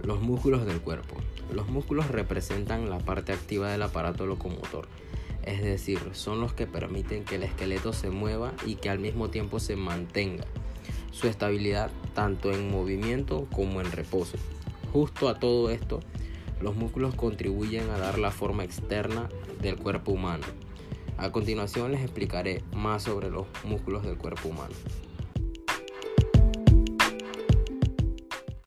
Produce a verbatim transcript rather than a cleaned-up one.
Los músculos del cuerpo. Los músculos representan la parte activa del aparato locomotor, es decir, son los que permiten que el esqueleto se mueva y que al mismo tiempo se mantenga su estabilidad tanto en movimiento como en reposo. Justo a todo esto, los músculos contribuyen a dar la forma externa del cuerpo humano. A continuación les explicaré más sobre los músculos del cuerpo humano.